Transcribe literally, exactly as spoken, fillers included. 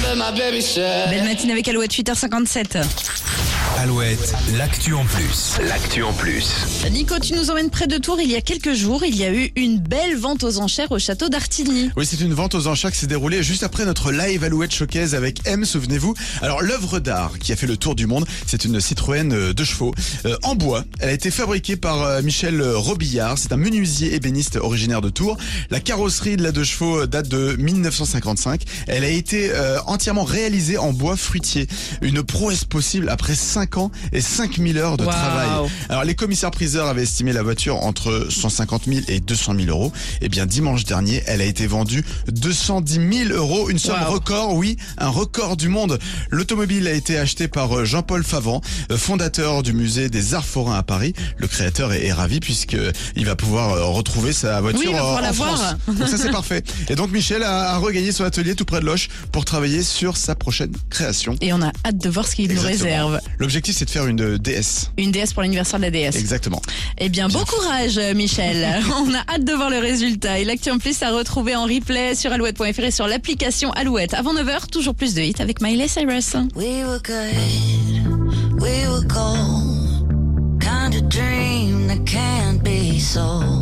Belle matinée avec Alouette, huit heures cinquante-sept. Alouette, l'actu en plus. L'actu en plus. Nico, tu nous emmènes près de Tours. Il y a quelques jours, il y a eu une belle vente aux enchères au château d'Artigny. Oui, c'est une vente aux enchères qui s'est déroulée juste après notre live Alouette Showcase avec M, souvenez-vous. Alors, l'œuvre d'art qui a fait le tour du monde, c'est une Citroën de chevaux euh, en bois. Elle a été fabriquée par euh, Michel Robillard. C'est un menuisier ébéniste originaire de Tours. La carrosserie de la deux chevaux date de dix-neuf cent cinquante-cinq. Elle a été euh, entièrement réalisée en bois fruitier. Une prouesse possible après cinq ans et cinq mille heures de Wow. travail. Alors, les commissaires priseurs avaient estimé la voiture entre cent cinquante mille et deux cent mille euros. Et bien, dimanche dernier, elle a été vendue deux cent dix mille euros. Une somme Wow. record, oui, un record du monde. L'automobile a été achetée par Jean-Paul Favant, fondateur du musée des Arts Forains à Paris. Le créateur est, est ravi puisqu'il va pouvoir retrouver sa voiture Oui, il va pouvoir en la France. voir. Donc ça, c'est parfait. Et donc, Michel a, a regagné son atelier tout près de Loches pour travailler sur sa prochaine création. Et on a hâte de voir ce qu'il nous Exactement. réserve. L'objectif, c'est de faire une D S. Une D S pour l'anniversaire de la D S. Exactement. Eh bien, bon courage, Michel. On a hâte de voir le résultat. Et l'actu en plus à retrouver en replay sur alouette point f r et sur l'application Alouette. Avant neuf heures, toujours plus de hits avec Miley Cyrus. We were good, we were gold, kind of dream that can't be sold.